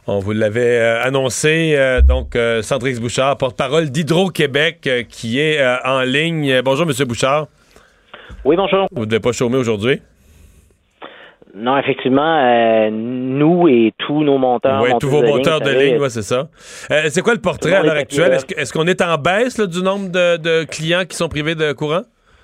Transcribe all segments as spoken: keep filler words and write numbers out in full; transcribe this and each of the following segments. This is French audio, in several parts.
On vous l'avait euh, annoncé, euh, donc euh, Sandrix Bouchard, porte-parole d'Hydro-Québec, euh, qui est euh, en ligne. Bonjour, M. Bouchard. Oui, bonjour. Vous ne devez pas chômer aujourd'hui? Non, effectivement, euh, nous et tous nos monteurs... Oui, tous vos de monteurs ligne, de ligne, ouais, c'est ça. Euh, c'est quoi le portrait à l'heure actuelle? Est-ce, que, est-ce qu'on est en baisse là, du nombre de, de clients qui sont privés de courant?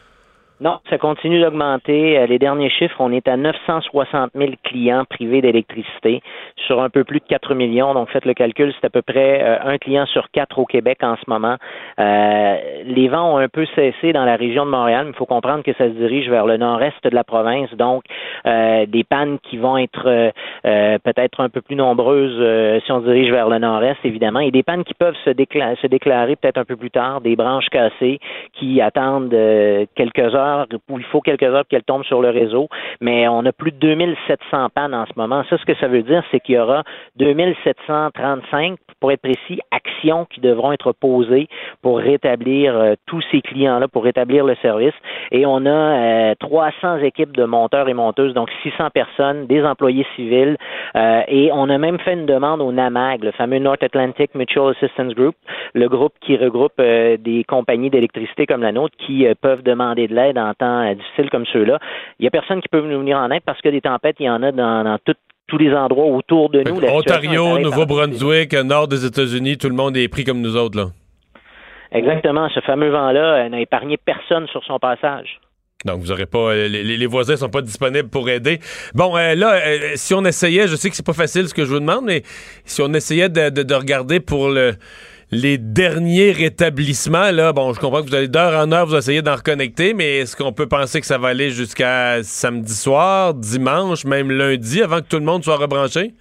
Non, ça continue d'augmenter. Les derniers chiffres, on est à neuf cent soixante mille clients privés d'électricité sur un peu plus de quatre millions. Donc, faites le calcul, c'est à peu près euh, un client sur quatre au Québec en ce moment. Euh, les vents ont un peu cessé dans la région de Montréal, mais il faut comprendre que ça se dirige vers le nord-est de la province. Donc, euh, des pannes qui vont être euh, euh, peut-être un peu plus nombreuses euh, si on se dirige vers le nord-est, évidemment, et des pannes qui peuvent se, décla- se déclarer peut-être un peu plus tard, des branches cassées qui attendent euh, quelques heures où il faut quelques heures qu'elles tombent sur le réseau, mais on a plus de deux mille sept cents pannes en ce moment. Ça, ce que ça veut dire, c'est qu'il y aura deux mille sept cent trente-cinq, pour être précis, actions qui devront être posées pour rétablir euh, tous ces clients-là, pour rétablir le service. Et on a euh, trois cents équipes de monteurs et monteuses, donc six cents personnes, des employés civils, euh, et on a même fait une demande au NAMAG, le fameux North Atlantic Mutual Assistance Group, le groupe qui regroupe euh, des compagnies d'électricité comme la nôtre qui euh, peuvent demander de l'aide en temps euh, difficiles comme ceux-là. Il n'y a personne qui peut nous venir en aide parce que des tempêtes, il y en a dans, dans tout, tous les endroits autour de nous. Ontario, Nouveau-Brunswick, nord des États-Unis, tout le monde est pris comme nous autres, là. Exactement. Ce fameux vent-là euh, n'a épargné personne sur son passage. Donc, vous aurez pas. Les, les voisins sont pas disponibles pour aider. Bon, euh, là, euh, si on essayait, je sais que c'est pas facile ce que je vous demande, mais si on essayait de, de, de regarder pour le. Les derniers rétablissements, là, bon, je comprends que vous allez d'heure en heure, vous essayez d'en reconnecter, mais est-ce qu'on peut penser que ça va aller jusqu'à samedi soir, dimanche, même lundi, avant que tout le monde soit rebranché?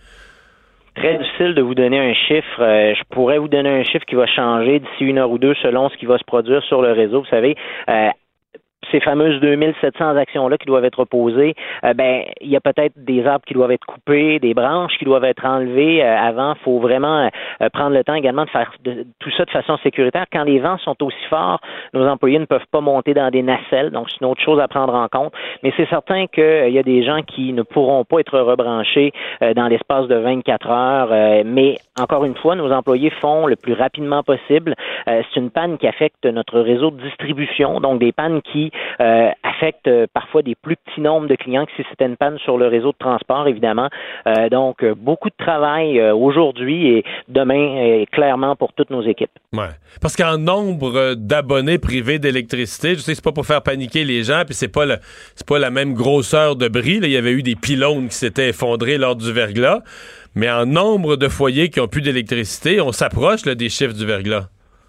Très difficile de vous donner un chiffre. Euh, je pourrais vous donner un chiffre qui va changer d'ici une heure ou deux selon ce qui va se produire sur le réseau. Vous savez, euh, ces fameuses deux mille sept cents actions-là qui doivent être posées, euh, ben il y a peut-être des arbres qui doivent être coupés, des branches qui doivent être enlevées euh, avant. Il faut vraiment euh, prendre le temps également de faire de, tout ça de façon sécuritaire. Quand les vents sont aussi forts, nos employés ne peuvent pas monter dans des nacelles, donc c'est une autre chose à prendre en compte. Mais c'est certain qu'il euh, y a des gens qui ne pourront pas être rebranchés euh, dans l'espace de vingt-quatre heures. Euh, mais encore une fois, nos employés font le plus rapidement possible. Euh, c'est une panne qui affecte notre réseau de distribution, donc des pannes qui Euh, affecte euh, parfois des plus petits nombres de clients que si c'était une panne sur le réseau de transport, évidemment. Euh, donc, euh, beaucoup de travail euh, aujourd'hui et demain, euh, clairement, pour toutes nos équipes. Ouais. Parce qu'en nombre d'abonnés privés d'électricité, je sais que c'est pas pour faire paniquer les gens, puis c'est pas le, c'est pas la même grosseur de bris. Là. Il y avait eu des pylônes qui s'étaient effondrés lors du verglas, mais en nombre de foyers qui ont plus d'électricité, on s'approche là, des chiffres du verglas.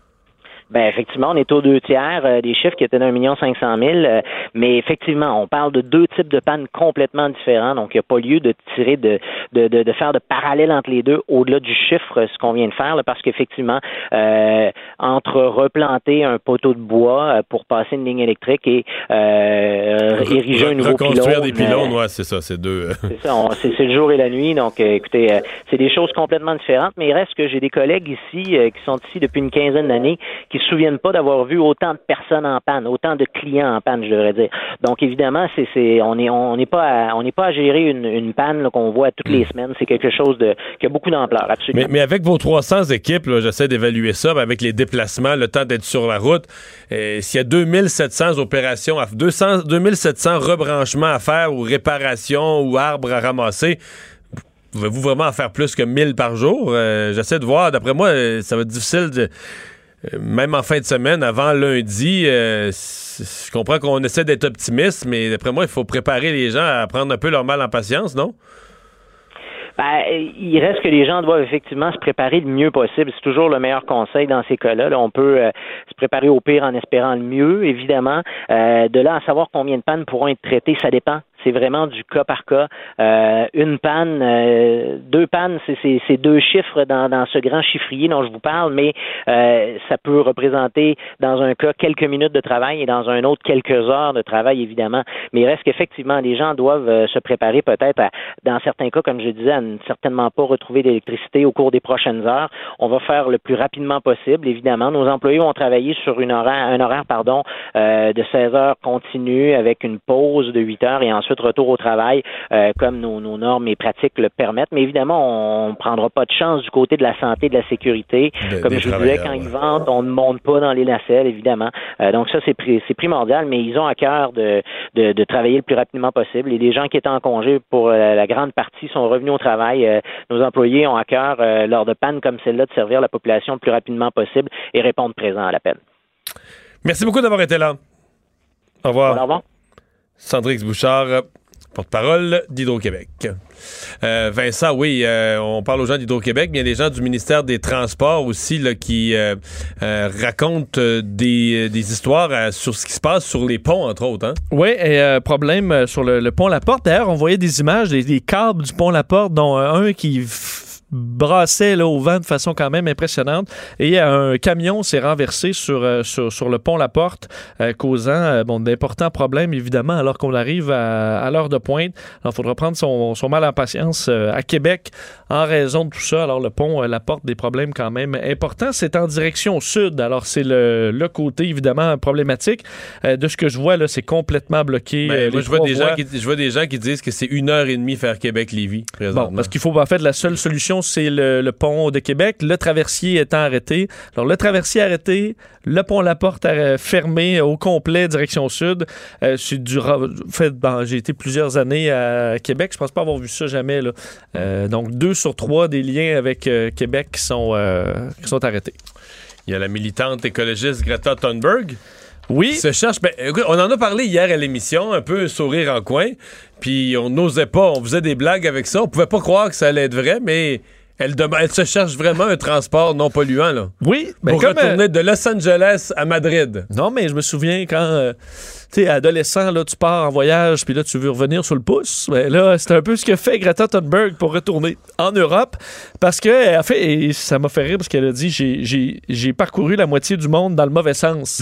Ben effectivement, on est aux deux tiers euh, des chiffres qui étaient d'un million cinq cent mille, euh, mais effectivement, on parle de deux types de pannes complètement différents, donc il n'y a pas lieu de tirer de, de, de, de faire de parallèle entre les deux au-delà du chiffre, ce qu'on vient de faire, là, parce qu'effectivement, euh, entre replanter un poteau de bois euh, pour passer une ligne électrique et euh, Re- ériger un nouveau pylône. Reconstruire des pylônes, euh, ouais, c'est ça, c'est deux. c'est ça, on, c'est, c'est le jour et la nuit, donc euh, écoutez, euh, c'est des choses complètement différentes, mais il reste que j'ai des collègues ici euh, qui sont ici depuis une quinzaine d'années qui se souviennent pas d'avoir vu autant de personnes en panne, autant de clients en panne, je devrais dire. Donc évidemment, c'est, c'est on est on n'est pas à, on n'est pas à gérer une, une panne là, qu'on voit toutes les semaines. C'est quelque chose de qui a beaucoup d'ampleur, absolument. Mais, mais avec vos trois cents équipes, là, j'essaie d'évaluer ça, mais avec les déplacements, le temps d'être sur la route, euh, s'il y a deux mille sept cents opérations, à, deux cents, deux mille sept cents rebranchements à faire ou réparations ou arbres à ramasser. Pouvez-vous vraiment en faire plus que mille par jour? Euh, j'essaie de voir. D'après moi, ça va être difficile de... Même en fin de semaine, avant lundi, euh, je comprends qu'on essaie d'être optimiste, mais d'après moi, il faut préparer les gens à prendre un peu leur mal en patience, non? Ben, il reste que les gens doivent effectivement se préparer le mieux possible. C'est toujours le meilleur conseil dans ces cas-là. Là, on peut euh, se préparer au pire en espérant le mieux, évidemment. Euh, de là à savoir combien de pannes pourront être traitées, ça dépend. C'est vraiment du cas par cas. Euh, une panne, euh, deux pannes, c'est, c'est, c'est deux chiffres dans, dans ce grand chiffrier dont je vous parle, mais euh, ça peut représenter dans un cas quelques minutes de travail et dans un autre quelques heures de travail, évidemment. Mais il reste qu'effectivement, les gens doivent euh, se préparer peut-être à, dans certains cas, comme je disais, à ne certainement pas retrouver d'électricité au cours des prochaines heures. On va faire le plus rapidement possible, évidemment. Nos employés vont travailler sur une horaire, un horaire pardon, euh, de seize heures continu avec une pause de huit heures et ensuite ensuite retour au travail euh, comme nos, nos normes et pratiques le permettent. Mais évidemment, on ne prendra pas de chance du côté de la santé et de la sécurité. De, comme je vous disais, quand ouais. ils vendent, on ne monte pas dans les nacelles, évidemment. Euh, donc ça, c'est, pri- c'est primordial, mais ils ont à cœur de, de, de travailler le plus rapidement possible. Et les gens qui étaient en congé, pour euh, la grande partie, sont revenus au travail. Euh, nos employés ont à cœur, euh, lors de pannes comme celle-là, de servir la population le plus rapidement possible et répondre présent à l'appel. Merci beaucoup d'avoir été là. Au revoir. Au revoir. Sandrix Bouchard, porte-parole d'Hydro-Québec. Euh, Vincent, oui, euh, on parle aux gens d'Hydro-Québec, mais il y a des gens du ministère des Transports aussi là, qui euh, euh, racontent euh, des, des histoires euh, sur ce qui se passe sur les ponts, entre autres. Hein? Oui, et euh, problème euh, sur le, le pont La Porte. D'ailleurs, on voyait des images des, des câbles du pont La Porte, dont euh, un qui... F- brassait là, au vent de façon quand même impressionnante et un camion s'est renversé sur, euh, sur, sur le pont La Porte, euh, causant euh, bon, d'importants problèmes évidemment alors qu'on arrive à, à l'heure de pointe. Alors il faudra prendre son, son mal en patience euh, à Québec en raison de tout ça. Alors le pont euh, La Porte, des problèmes quand même importants. C'est en direction sud, alors c'est le, le côté évidemment problématique. Euh, de ce que je vois là, c'est complètement bloqué. Ben, euh, moi je vois, des gens qui, je vois des gens qui disent que c'est une heure et demie faire Québec-Lévis présentement. Bon, parce qu'il faut en fait la seule solution c'est le, le pont de Québec, le traversier étant arrêté. Alors, le traversier arrêté, le pont La Porte fermé au complet, direction sud. Euh, c'est du... Fait, bon, j'ai été plusieurs années à Québec, je pense pas avoir vu ça jamais. Là. Euh, donc, deux sur trois des liens avec euh, Québec qui sont, euh, qui sont arrêtés. Il y a la militante écologiste Greta Thunberg. Oui. Se cherche. Ben, écoute, on en a parlé hier à l'émission, un peu sourire en coin, puis on n'osait pas, on faisait des blagues avec ça, on pouvait pas croire que ça allait être vrai, mais... Elle, dem- elle se cherche vraiment un transport non polluant, là. Oui. Ben pour comme, retourner euh... de Los Angeles à Madrid. Non, mais je me souviens quand, euh, tu sais, adolescent, là, tu pars en voyage, puis là, tu veux revenir sur le pouce. Ben là, c'est un peu ce que fait Greta Thunberg pour retourner en Europe. Parce que, en fait, et ça m'a fait rire parce qu'elle a dit j'ai, j'ai, j'ai parcouru la moitié du monde dans le mauvais sens.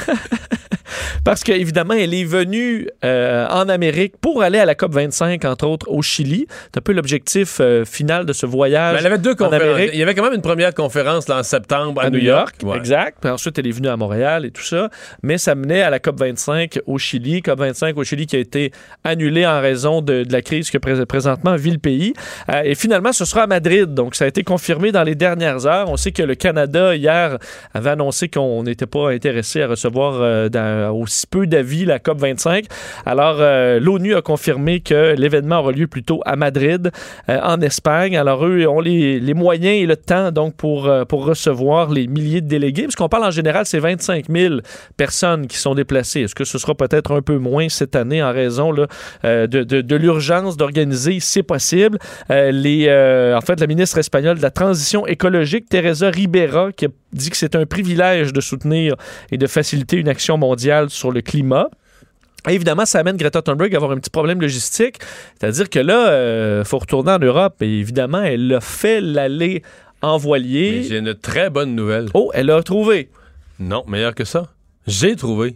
Parce qu'évidemment, elle est venue euh, en Amérique pour aller à la COP vingt-cinq, entre autres, au Chili. C'est un peu l'objectif euh, final de ce voyage. Mais elle avait deux en conférences. Amérique. Il y avait quand même une première conférence là, en septembre à, à New New York. York. Ouais. Exact. Puis ensuite, elle est venue à Montréal et tout ça. Mais ça menait à la COP vingt-cinq au Chili. COP vingt-cinq au Chili qui a été annulée en raison de, de la crise que pré- présentement vit le pays. Euh, et finalement, ce sera à Madrid. Donc, ça a été confirmé dans les dernières heures. On sait que le Canada, hier, avait annoncé qu'on n'était pas intéressé à recevoir euh, dans, aussi peu d'avis la COP vingt-cinq. Alors, euh, l'ONU a confirmé que l'événement aura lieu plutôt à Madrid, euh, en Espagne. Alors, eux ont les, les moyens et le temps donc pour, euh, pour recevoir les milliers de délégués. Parce qu'on parle en général, c'est vingt-cinq mille personnes qui sont déplacées. Est-ce que ce sera peut-être un peu moins cette année en raison là, euh, de, de, de l'urgence d'organiser? C'est possible. Euh, les, euh, en fait, la ministre espagnole de la Transition écologique, Teresa Ribera, qui a dit que c'est un privilège de soutenir et de faciliter une action mondiale sur le climat. Et évidemment, ça amène Greta Thunberg à avoir un petit problème logistique. C'est-à-dire que là, il euh, faut retourner en Europe. Et évidemment, elle a fait l'aller en voilier. Mais j'ai une très bonne nouvelle. Oh, elle l'a trouvé. Non, meilleur que ça. J'ai trouvé.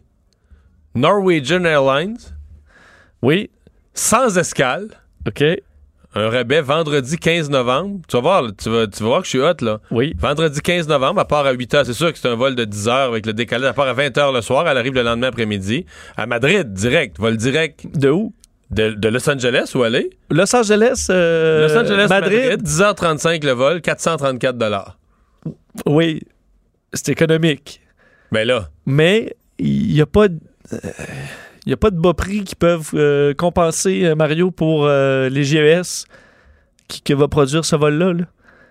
Norwegian Airlines. Oui. Sans escale. OK. Un rabais vendredi quinze novembre. Tu vas voir, là, tu, vas, tu vas voir que je suis hot, là. Oui. Vendredi quinze novembre, elle part à huit heures. C'est sûr que c'est un vol de dix heures avec le décalage. Elle part à vingt heures le soir. Elle arrive le lendemain après-midi. À Madrid, direct. Vol direct. De où? De, de Los Angeles, où elle est? Los Angeles, euh, Los Angeles, Madrid. Madrid. dix heures trente-cinq le vol, quatre cent trente-quatre dollars. Oui. C'est économique. Ben là. Mais il n'y a pas... De... Euh... Il n'y a pas de bas prix qui peuvent euh, compenser, euh, Mario, pour euh, les G E S qui, qui va produire ce vol-là. Là.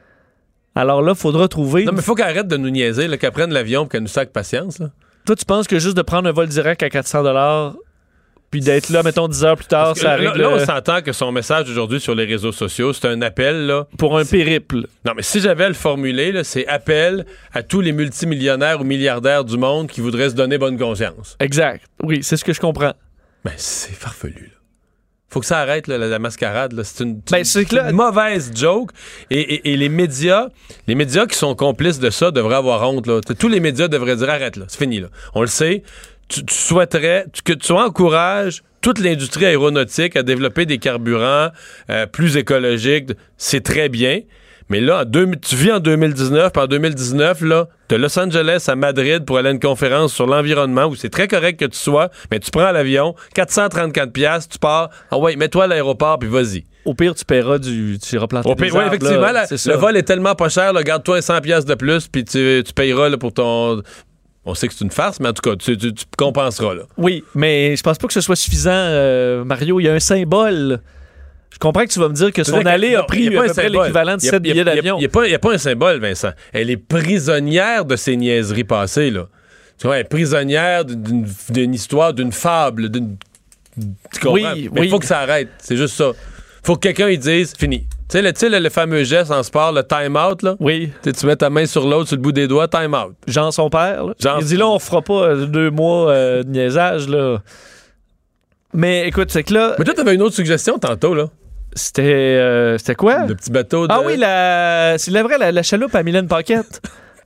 Alors là, il faudra trouver... Non, mais il faut qu'elle arrête de nous niaiser, là, qu'elle prenne l'avion et qu'elle nous saque patience. Là. Toi, tu penses que juste de prendre un vol direct à quatre cents dollars puis d'être là, mettons, dix heures plus tard, ça là, règle... Là, on s'entend que son message aujourd'hui sur les réseaux sociaux, c'est un appel, là... Pour un c'est... périple. Non, mais si j'avais à le formuler, là, c'est appel à tous les multimillionnaires ou milliardaires du monde qui voudraient se donner bonne conscience. Exact. Oui, c'est ce que je comprends. Ben, c'est farfelu, là. Faut que ça arrête, là, la, la mascarade. Là. C'est une, ben, c'est c'est là... une mauvaise joke. Et, et, et les médias, les médias qui sont complices de ça devraient avoir honte, là. Tous les médias devraient dire, arrête, là, c'est fini, là. On le sait. Tu, tu souhaiterais tu, que tu encourages toute l'industrie aéronautique à développer des carburants euh, plus écologiques. C'est très bien. Mais là, en deux, tu vis en deux mille dix-neuf, puis en deux mille dix-neuf, là, de Los Angeles à Madrid pour aller à une conférence sur l'environnement où c'est très correct que tu sois, mais tu prends l'avion, quatre cent trente-quatre dollars, tu pars, ah ouais, mets-toi à l'aéroport, puis vas-y. Au pire, tu paieras du... Tu iras planter Au pire, des oui, arbres, effectivement, là, la, c'est le ça. vol est tellement pas cher, là, garde-toi cent dollars de plus, puis tu, tu payeras là, pour ton... On sait que c'est une farce, mais en tout cas, tu, tu, tu compenseras, là. Oui, mais je pense pas que ce soit suffisant, euh, Mario. Il y a un symbole. Je comprends que tu vas me dire que son C'est-à-dire aller que- a non, pris y a pas à un peu près symbole. l'équivalent de Y a- sept y a- billets y a- d'avion. Il n'y a, a pas un symbole, Vincent. Elle est prisonnière de ses niaiseries passées, là. Tu vois, elle est prisonnière d'une, d'une histoire, d'une fable, d'une... Tu comprends? Oui, Mais il oui. faut que ça arrête. C'est juste ça. Faut que quelqu'un lui dise, fini. Tu sais, le, tu sais, le, le fameux geste en sport, le time-out, là. Oui, Tu sais, tu mets ta main sur l'autre, sur le bout des doigts, time-out. Jean, son père. Là. Jean- Il dit là, on fera pas euh, deux mois euh, de niaisage, là. Mais écoute, c'est que là, Mais toi, t'avais une autre suggestion tantôt, là. c'était... euh, c'était quoi? Le petit bateau de... Ah oui, la, c'est la vraie, la, la chaloupe à Mylène Paquette.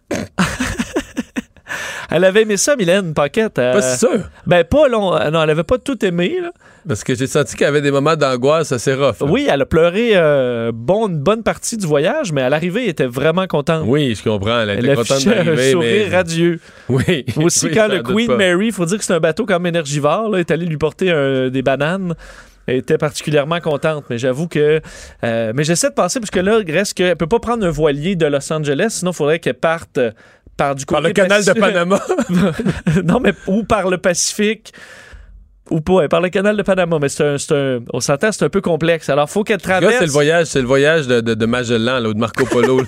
Elle avait aimé ça, Mylène Paquette. euh, Pas si sûr. Ben, pas long. Non, elle avait pas tout aimé, là. Parce que j'ai senti qu'elle avait des moments d'angoisse assez rough. là. Oui, elle a pleuré euh, bon, une bonne partie du voyage, mais à l'arrivée, elle était vraiment contente. Oui, je comprends. Elle Elle était contente affichait un d'arriver, sourire mais... radieux. Oui. Aussi, Oui, quand j'en le doute Queen pas. Mary, il faut dire que c'est un bateau comme énergivore, là, est allé lui porter un- des bananes. Elle était particulièrement contente, mais j'avoue que... euh, mais j'essaie de penser, parce que là, il reste qu'elle peut pas prendre un voilier de Los Angeles, sinon il faudrait qu'elle parte euh, par du Par côté le canal de Pacifique. Panama. Non, mais ou par le Pacifique, ou pas, par le canal de Panama. Mais c'est un, c'est un- on s'entend, c'est un peu complexe. Alors, il faut qu'elle Là, traverse... c'est le voyage, c'est le voyage de, de, de Magellan, là, ou de Marco Polo. là.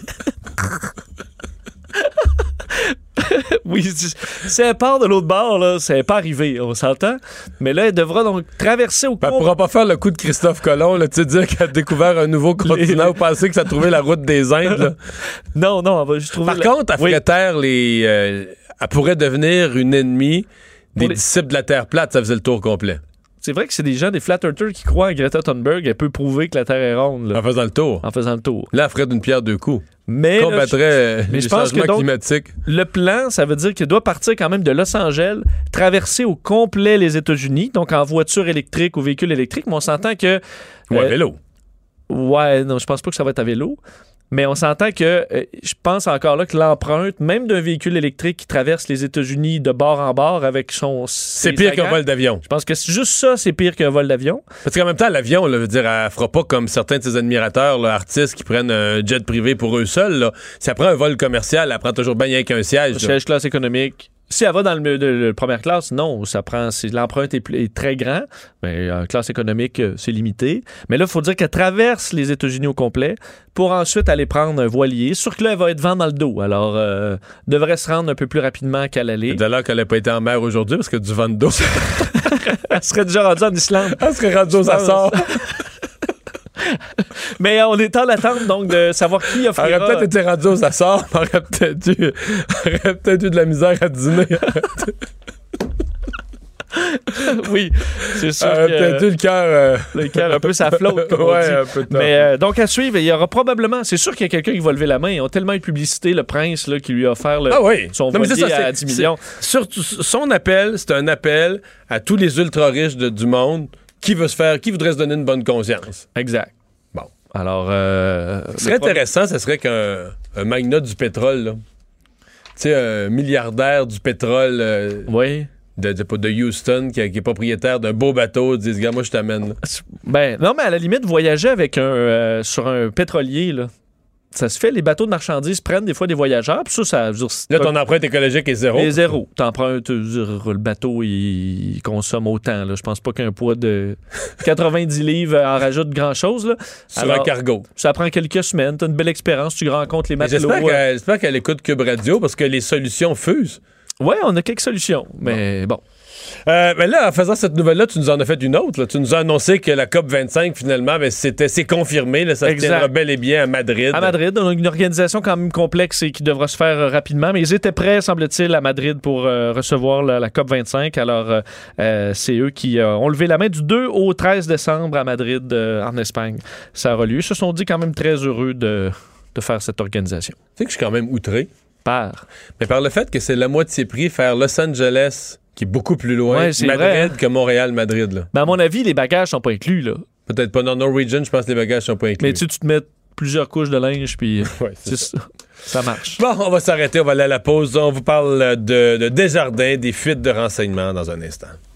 Oui, si si elle part de l'autre bord, là, c'est pas arrivé, on s'entend. Mais là, elle devra donc traverser au Elle complet. pourra pas faire le coup de Christophe Colomb, là, tu sais, dire qu'elle a découvert un nouveau continent ou penser que ça a trouvé la route des Indes. Là. Non, non, elle va juste trouver... Par la- contre, elle Oui. ferait taire les... euh, elle pourrait devenir une ennemie des Pour les- disciples de la Terre plate, ça faisait le tour complet. C'est vrai que c'est des gens, des flat earthers qui croient en Greta Thunberg. Elle peut prouver que la Terre est ronde, là, En faisant le tour. en faisant le tour. Là, elle ferait d'une pierre deux coups. Mais là, Combattrait euh, mais les je pense que changements donc- climatiques. le plan, ça veut dire qu'il doit partir quand même de Los Angeles, traverser au complet les États-Unis, donc en voiture électrique ou véhicule électrique. Mais on s'entend que... Ou à euh, vélo. Ouais, non, je pense pas que ça va être à vélo. Mais on s'entend que euh, je pense encore là que l'empreinte, même d'un véhicule électrique qui traverse les États-Unis de bord en bord avec son... C'est pire qu'un vol d'avion. Je pense que c'est juste ça, c'est pire qu'un vol d'avion. Parce qu'en même temps, l'avion, là, veut dire, elle fera pas comme certains de ses admirateurs, là, artistes qui prennent un jet privé pour eux seuls. Là. Si elle prend un vol commercial, elle prend toujours bien rien qu'un siège. là. Siège classe économique. Si elle va dans le, de, de première classe, non, ça prend. c'est- L'empreinte est, plus- est très grand, mais en classe économique, euh, c'est limité. Mais là, il faut dire qu'elle traverse les États-Unis au complet pour ensuite aller prendre un voilier. Sûr que là, elle va être vent dans le dos. Alors, euh, devrait se rendre un peu plus rapidement qu'à l'aller. D'ailleurs qu'elle n'a pas été en mer aujourd'hui parce que du vent de dos. Elle serait déjà rendue en Islande. Elle serait rendue aux Açores. Mais euh, on est en attente donc de savoir qui Elle offrira. aurait peut-être été rendue aux Açores, mais elle aurait peut-être eu, elle aurait peut-être eu de la misère à dîner. Oui, c'est sûr Elle aurait que peut-être eu le cœur. euh, le cœur un peu ça flotte. Comme on ouais, dit. un peu de Mais euh, donc à suivre, il y aura probablement, c'est sûr qu'il y a quelqu'un qui va lever la main. Ils ont tellement eu de publicité, le prince là, qui lui a offert le, Ah oui. son Non, mais c'est voilier ça, c'est- à dix millions. c'est- Surtout, son appel, c'est un appel à tous les ultra-riches de- du monde qui veut se faire, qui voudrait se donner une bonne conscience. Exact. Bon. Alors, euh, Ce serait le premier- intéressant, ça serait qu'un un magnat du pétrole, là, tu sais, un milliardaire du pétrole euh, Oui. de, de, de Houston, qui, qui est propriétaire d'un beau bateau, dise, gars, moi, je t'amène. là. Ben, non, mais à la limite, voyager avec un, euh, sur un pétrolier, là, ça se fait. Les bateaux de marchandises prennent des fois des voyageurs. Puis ça, ça veut dire, Là, ton empreinte écologique est zéro. Et zéro. T'empruntes, je veux dire, le bateau, il, il consomme autant. Là. Je pense pas qu'un poids de quatre-vingt-dix livres en rajoute grand-chose. Là. Sur Alors, un cargo. ça prend quelques semaines. T'as une belle expérience. Tu rencontres les Mais matelots. J'espère euh. qu'elle, j'espère qu'elle écoute Cube Radio parce que les solutions fusent. Ouais, on a quelques solutions. Mais bon. Euh, mais là, en faisant cette nouvelle-là, tu nous en as fait une autre. Là. Tu nous as annoncé que la COP vingt-cinq, finalement, ben, c'était, c'est confirmé. Là, ça se Exact. tiendra bel et bien à Madrid. À Madrid, on a une organisation quand même complexe et qui devra se faire euh, rapidement, mais ils étaient prêts, semble-t-il, à Madrid pour euh, recevoir la, la COP vingt-cinq. Alors, euh, euh, c'est eux qui euh, ont levé la main du deux au treize décembre à Madrid, euh, en Espagne. Ça aura lieu. Ils se sont dit quand même très heureux de, de faire cette organisation. Tu sais que je suis quand même outré. Par. Mais par le fait que c'est la moitié prix faire Los Angeles, qui est beaucoup plus loin, Ouais, c'est Madrid vrai, hein. que Montréal-Madrid. Là. Ben, à mon avis, les bagages sont pas inclus, là. Peut-être pas dans Norwegian, je pense que les bagages sont pas inclus. Mais tu sais, tu te mets plusieurs couches de linge, puis ouais, c'est ça. ça marche. Bon, on va s'arrêter, on va aller à la pause. On vous parle de, de Desjardins, des fuites de renseignements dans un instant.